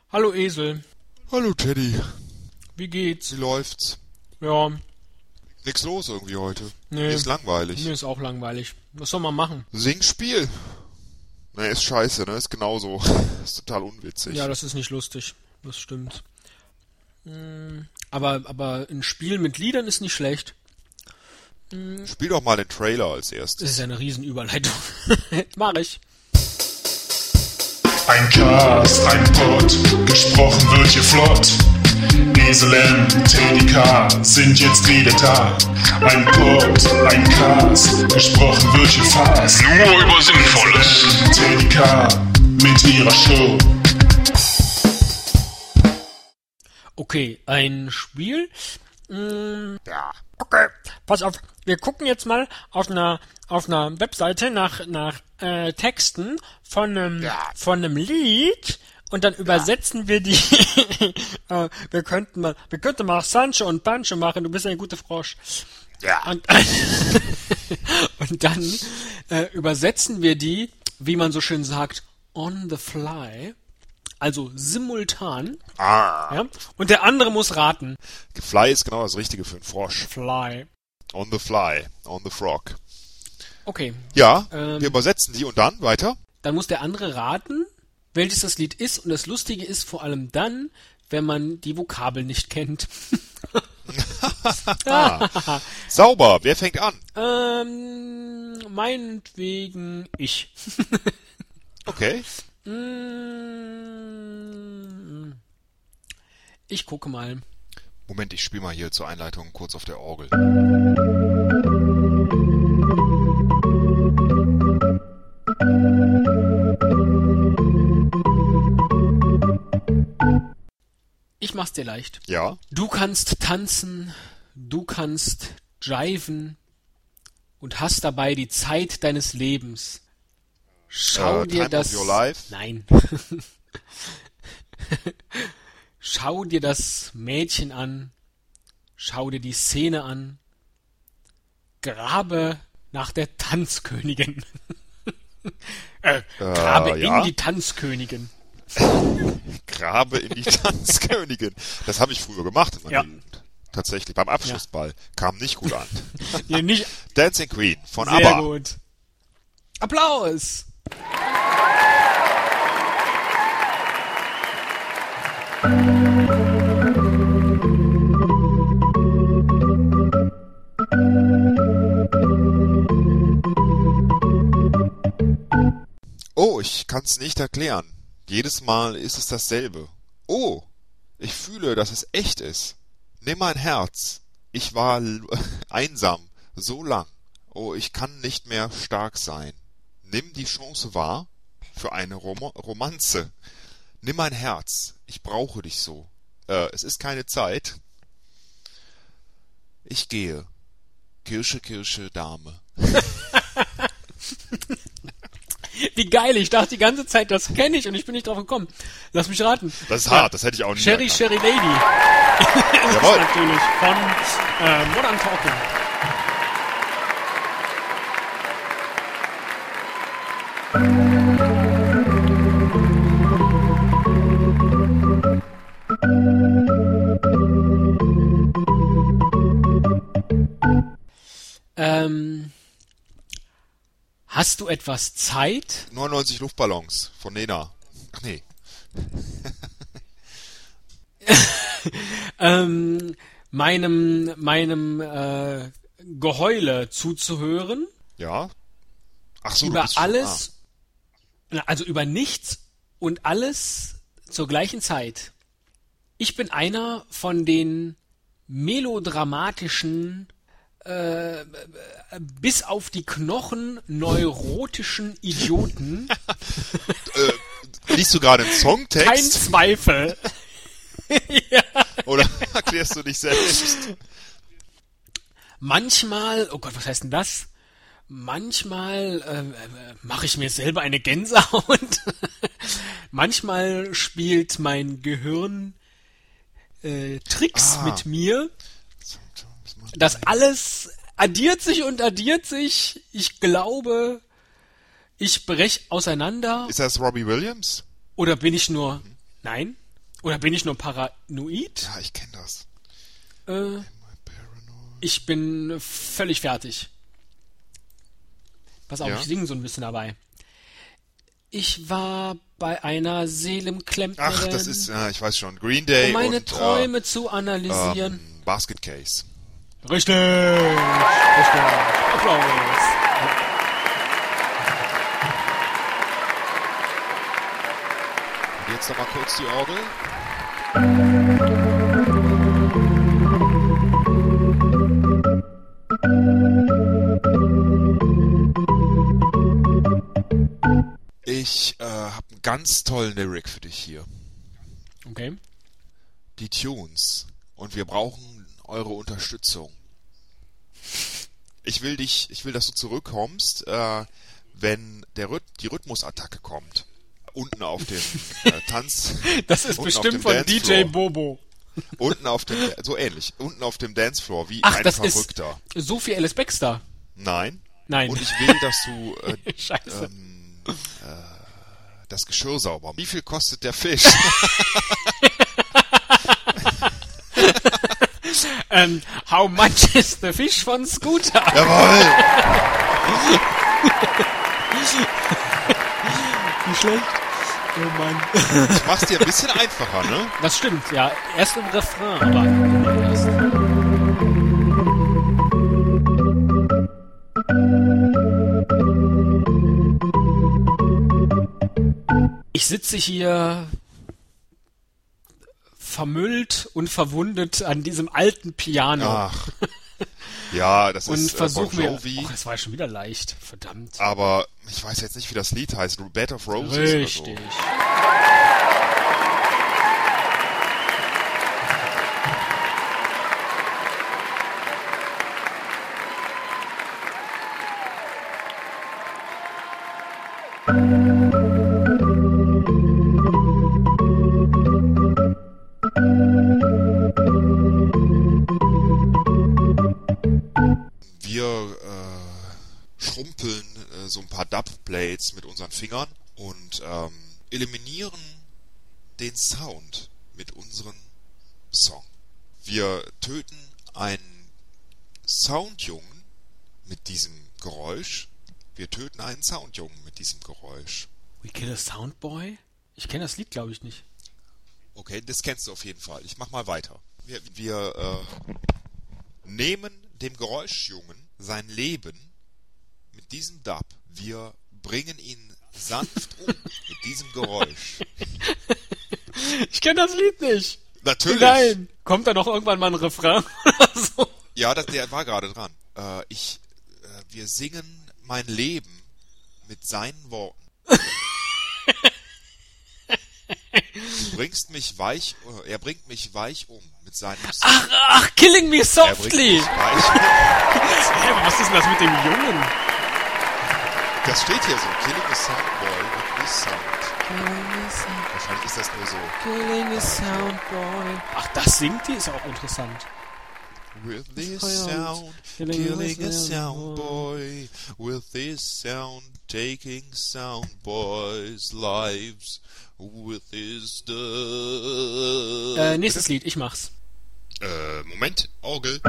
Hallo Esel, Hallo Teddy, wie geht's? wie läuft's? Ja, Nix los irgendwie heute. nee, Mir ist langweilig. mir ist auch langweilig. Was soll man machen? Singspiel? Ne, ist scheiße, ne? Ist genauso. Ist total unwitzig. Ja, das ist nicht lustig, das stimmt. Aber ein Spiel mit Liedern ist nicht schlecht. Spiel doch mal den Trailer als Das ist erstes. ja eine Riesenüberleitung. Mach ich. Ein Cast, ein Pod, gesprochen wird hier flott. Esel M, Teddy K sind jetzt wieder da. Ein Pod, ein Cast, gesprochen wird hier fast. Nur über Sinnvolles. Teddy K mit ihrer Show. Okay, ein Spiel. Ja. Okay, pass auf. Wir gucken jetzt mal auf einer Webseite nach Texten von einem Lied und dann übersetzen wir die. wir könnten mal Sancho und Pancho machen. Du bist ein guter Frosch. Ja. Und dann übersetzen wir die, wie man so schön sagt, on the fly. Also simultan. Ja? Und der andere muss raten. Fly ist genau das Richtige für einen Frosch. Fly. On the fly, on the frog. Okay. Ja, wir übersetzen die und dann weiter. Dann muss der andere raten, welches das Lied ist. Und das Lustige ist vor allem dann, wenn man die Vokabel nicht kennt. Sauber, wer fängt an? Meinetwegen ich. Okay. Ich gucke mal. Moment, ich spiele mal hier zur Einleitung kurz auf der Orgel. Ich mach's dir leicht. Ja. Du kannst tanzen, du kannst jiven und hast dabei die Zeit deines Lebens. Schau dir Time das. of your life? Nein. Schau dir das Mädchen an. Schau dir die Szene an. Grabe nach der Tanzkönigin. Grabe ja. in die Tanzkönigin. Grabe in die Tanzkönigin. Das habe ich früher gemacht in meiner Ja. Jugend. Tatsächlich, beim Abschlussball. Kam nicht gut an. Nee, nicht Dancing Queen von sehr ABBA. gut. Applaus! Oh, ich kann's nicht erklären. Jedes Mal ist es dasselbe. Oh, ich fühle, dass es echt ist. Nimm mein Herz. Ich war einsam, so lang. Oh, ich kann nicht mehr stark sein. Nimm die Chance wahr für eine Romanze. Nimm mein Herz. Ich brauche dich so. Es ist keine Zeit. Ich gehe. Kirsche, Kirsche, Dame. Wie geil, ich dachte die ganze Zeit, das kenne ich und ich bin nicht drauf gekommen. Lass mich raten. Das ist hart, das hätte ich auch nicht Sherry, erkannt. Sherry Lady. Jawohl. Natürlich von Modern Talking. Hast du etwas Zeit? 99 Luftballons von Nena. Ach nee. Meinem Geheule zuzuhören Ja. Ach so, du über bist schon- alles, also über nichts und alles zur gleichen Zeit. Ich bin einer von den melodramatischen, bis auf die Knochen neurotischen Idioten. Liest du gerade einen Kein Songtext? Zweifel. Oder erklärst du dich selbst? Manchmal, oh Gott, was heißt denn das? Manchmal mache ich mir selber eine Gänsehaut. Manchmal spielt mein Gehirn Tricks mit mir. Das alles addiert sich und addiert sich. Ich glaube, ich brech auseinander. Ist das Robbie Williams? Oder bin ich nur... Nein? Oder bin ich nur paranoid? Ja, ich kenne das. Ich bin völlig fertig. Pass auf, Ja? ich singe so ein bisschen dabei. Ich war bei einer Seelenklempnerin, Ach, das ist, ich weiß schon, Green Day um meine und Träume zu analysieren. Basket Case. Richtig. Applaus. Und jetzt noch mal kurz die Orgel. Ich habe einen ganz tollen Lyric für dich hier. Okay. Die Tunes. Und wir brauchen eure Unterstützung. Ich will, dass du zurückkommst, wenn die Rhythmusattacke kommt. Unten auf dem Tanz. Das ist bestimmt von DJ Bobo. Unten auf dem, so ähnlich, unten auf dem Dancefloor, wie Ach, ein das Verrückter. ist Sophie Alice Baxter. Nein. Nein. Und ich will, dass du Scheiße. das Geschirr sauber. Wie viel kostet der Fisch? How much is the fish von Scooter? Jawohl! Wie schlecht. Oh Mann. Ich mach's dir ein bisschen einfacher, ne? Das stimmt, ja. Erst im Refrain, aber immer erst. Ich sitze hier vermüllt und verwundet an diesem alten Piano. Ach. Ja, das und ist versuche Bon mir. Jovi. Das war ja schon wieder leicht. Verdammt. Aber ich weiß jetzt nicht, wie das Lied heißt. Bed of Roses Richtig. oder so. Wir schrumpeln so ein paar Dubplates mit unseren Fingern und eliminieren den Sound mit unserem Song. Wir töten einen Soundjungen mit diesem Geräusch. Wir töten einen Soundjungen mit diesem Geräusch. We Kill a Soundboy? Ich kenne das Lied, glaube ich, nicht. Okay, das kennst du auf jeden Fall. Ich mach mal weiter. Wir nehmen dem Geräuschjungen sein Leben mit diesem Dub. Wir bringen ihn sanft um mit diesem Geräusch. Ich kenne das Lied nicht. Natürlich. Nein. Kommt da noch irgendwann mal ein Refrain oder so? Ja, der war gerade dran. Wir singen mein Leben mit seinen Worten. Er bringt mich weich um mit seinem Song. Ach, Killing Me Er bringt Softly. mich weich. Hä, was ist denn das mit dem Jungen? Das steht hier so. Killing a Soundboy with this sound. Wahrscheinlich ist das nur so. Killing a Soundboy. Ach, das singt die? Ist ja auch interessant. With this sound, killing a soundboy. With this sound, taking soundboys' lives. With this Nächstes Lied, ich mach's. Moment, Orgel.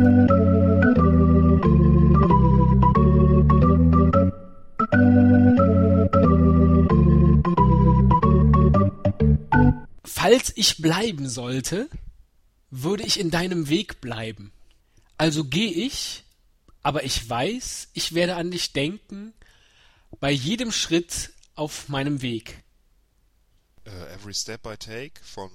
Falls ich bleiben sollte, würde ich in deinem Weg bleiben. Also gehe ich, aber ich weiß, ich werde an dich denken, bei jedem Schritt auf meinem Weg. Every Step I Take von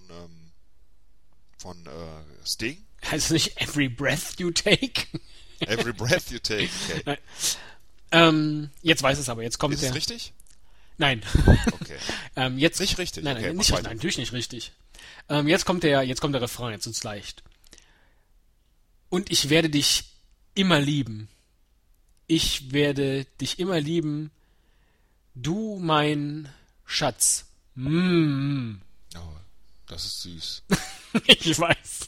Sting. Heißt nicht Every Breath You Take? Every Breath You Take. Okay. Jetzt weiß es aber, jetzt kommt Ist der... es richtig? Nein. Okay. Jetzt, Nicht richtig? Nein, Okay, nein, mach nicht, weiter. nein, natürlich nicht richtig. Jetzt kommt der Refrain, jetzt wird's leicht. Und ich werde dich immer lieben. Ich werde dich immer lieben. Du mein Schatz. Oh, das ist süß. Ich weiß.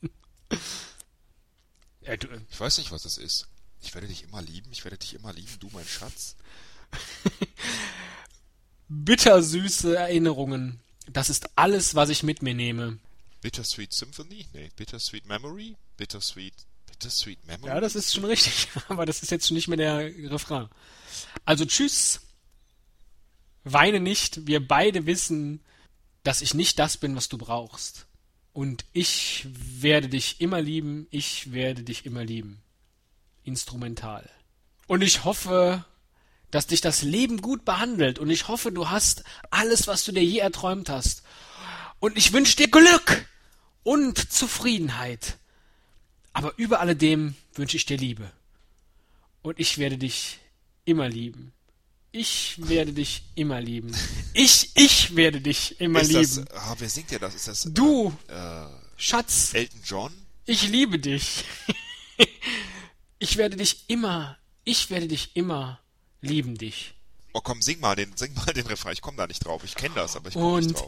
Ja, du, Ich weiß nicht, was das ist. Ich werde dich immer lieben, du mein Schatz. bittersüße Erinnerungen Das ist alles, was ich mit mir nehme. Bittersweet Symphony? Nee, Bittersweet Memory? Bittersweet Memory? Ja, das ist schon richtig, aber das ist jetzt schon nicht mehr der Refrain. Also tschüss, weine nicht, wir beide wissen, dass ich nicht das bin, was du brauchst. Und ich werde dich immer lieben, ich werde dich immer lieben. Instrumental. Und ich hoffe, dass dich das Leben gut behandelt und ich hoffe, du hast alles, was du dir je erträumt hast. Und ich wünsche dir Glück und Zufriedenheit. Aber über alledem wünsche ich dir Liebe. Und ich werde dich immer lieben. Ich werde dich immer lieben. Ich werde dich immer lieben. Wer singt ja das? Ist das du, Schatz. Elton John? Ich liebe dich. Ich werde dich immer lieben dich. Oh komm, sing mal den Refrain. Ich komme da nicht drauf. Ich kenne das, aber ich komme nicht drauf. Und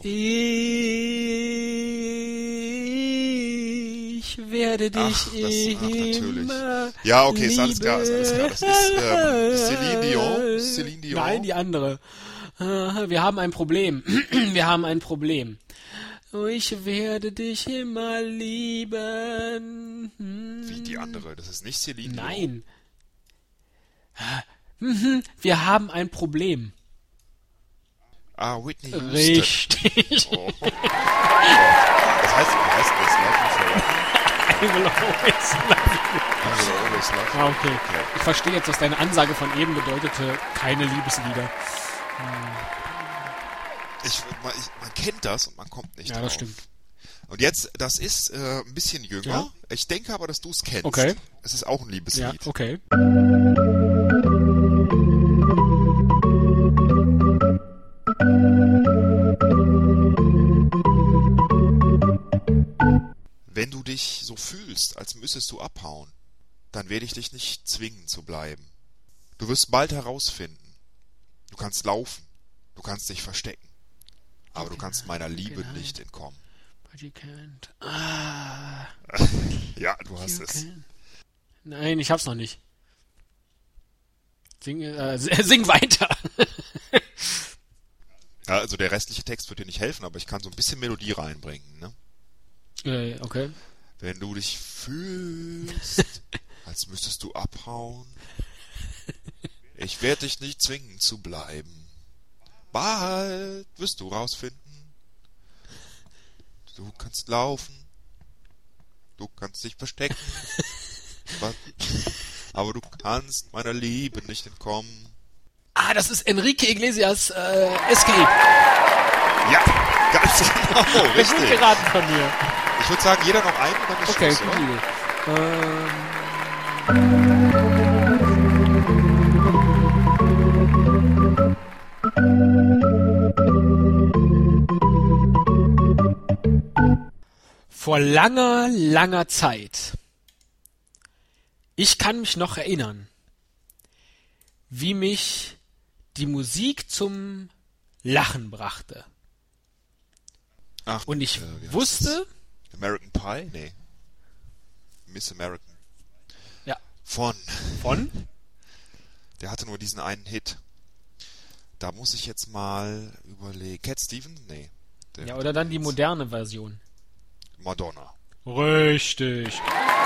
ich werde dich immer ja, okay, ist lieben. alles klar. Das ist Celine Dion. Nein, die andere. Wir haben ein Problem. Ich werde dich immer lieben. Wie die andere? Das ist nicht Celine Dion. Nein. Wir haben ein Problem. Whitney Houston. Richtig. Oh. Das heißt das? I will always love you. Ah, okay. Ich verstehe jetzt, was deine Ansage von eben bedeutete. Keine Liebeslieder. Man kennt das und man kommt nicht drauf. Ja, das stimmt. Und jetzt, das ist ein bisschen jünger. Ja. Ich denke aber, dass du es kennst. Okay. Es ist auch ein Liebeslied. Ja, okay. Wenn du dich so fühlst, als müsstest du abhauen, dann werde ich dich nicht zwingen zu bleiben. Du wirst bald herausfinden. Du kannst laufen, du kannst dich verstecken, aber du kannst meiner Liebe nicht entkommen. But you can't. Ja, du hast es. Nein, ich hab's noch nicht. Sing weiter. Ja, also der restliche Text wird dir nicht helfen, aber ich kann so ein bisschen Melodie reinbringen, ne? Okay. Wenn du dich fühlst, als müsstest du abhauen, ich werde dich nicht zwingen zu bleiben. Bald wirst du rausfinden. Du kannst laufen, du kannst dich verstecken, aber du kannst meiner Liebe nicht entkommen. Das ist Enrique Iglesias Escape. Ja, ganz genau, richtig. Gut geraten von mir. Ich würde sagen, jeder noch einen und dann ist Okay, Schluss, gute oder? Idee. Vor langer, langer Zeit. Ich kann mich noch erinnern, wie mich die Musik zum Lachen brachte. Ach, und ich wusste... American Pie? Nee. Miss American. Ja. Von? Der hatte nur diesen einen Hit. Da muss ich jetzt mal überlegen. Cat Stevens? Nee. Ja, oder dann die moderne Version. Madonna. Richtig.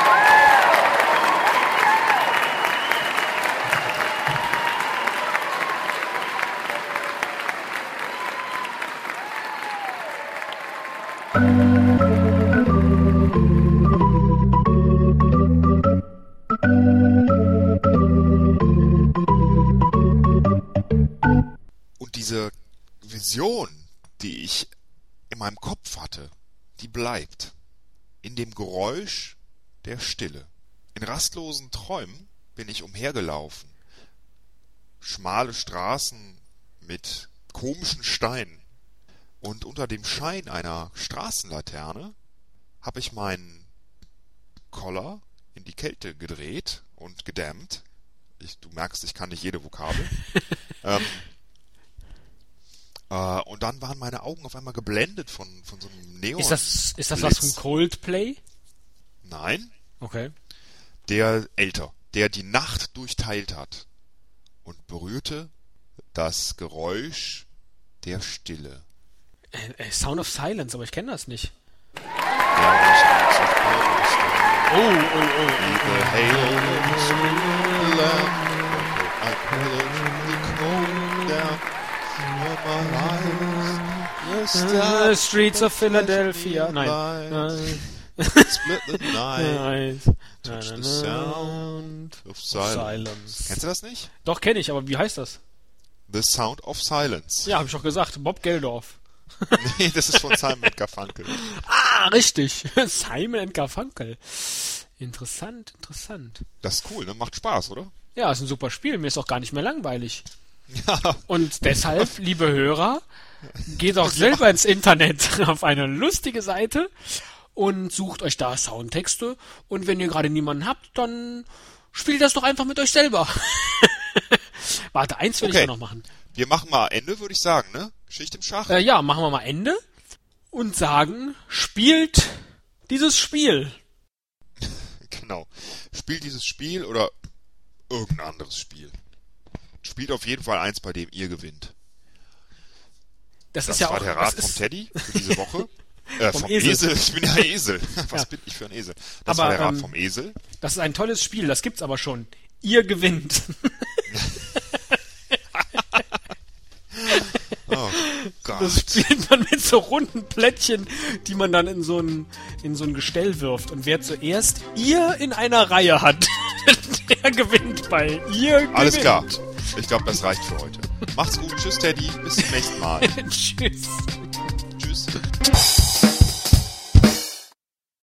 Und diese Vision, die ich in meinem Kopf hatte, die bleibt. In dem Geräusch der Stille. In rastlosen Träumen bin ich umhergelaufen. Schmale Straßen mit komischen Steinen. Und unter dem Schein einer Straßenlaterne habe ich meinen Collar in die Kälte gedreht und gedämmt. Du merkst, ich kann nicht jede Vokabel. Und dann waren meine Augen auf einmal geblendet von so einem Neon. Ist das was von Coldplay? Nein. Okay. Der älter, der die Nacht durchteilt hat und berührte das Geräusch der Stille. Sound of Silence, aber ich kenne das nicht. Streets of Philadelphia. Nein. Split the night. Touch the sound of silence. Kennst du das nicht? Doch, kenne ich, aber wie heißt das? The Sound of Silence. Ja, habe ich doch gesagt. Bob Geldof. Nee, das ist von Simon & Garfunkel. Ah, richtig. Simon & Garfunkel. Interessant. Das ist cool, ne? Macht Spaß, oder? Ja, ist ein super Spiel. Mir ist auch gar nicht mehr langweilig. Ja. Und deshalb, liebe Hörer, geht auch selber ins Internet auf eine lustige Seite und sucht euch da Soundtexte. Und wenn ihr gerade niemanden habt, dann spielt das doch einfach mit euch selber. Warte, eins will ich ja noch machen. Wir machen mal Ende, würde ich sagen, ne? Schicht im Schach. Ja, machen wir mal Ende und sagen, spielt dieses Spiel. Genau. Spielt dieses Spiel oder irgendein anderes Spiel. Spielt auf jeden Fall eins, bei dem ihr gewinnt. Das ist war der Rat vom Teddy für diese Woche. Vom Esel. Ich bin ja Esel. Was bin ich für ein Esel? Das war der Rat vom Esel. Das ist ein tolles Spiel, das gibt's aber schon. Ihr gewinnt. Oh Gott. Das spielt man mit so runden Plättchen, die man dann in so ein Gestell wirft. Und wer zuerst ihr in einer Reihe hat, der gewinnt bei ihr gewinnt. Alles klar. Ich glaube, das reicht für heute. Macht's gut. Tschüss, Teddy. Bis zum nächsten Mal. Tschüss.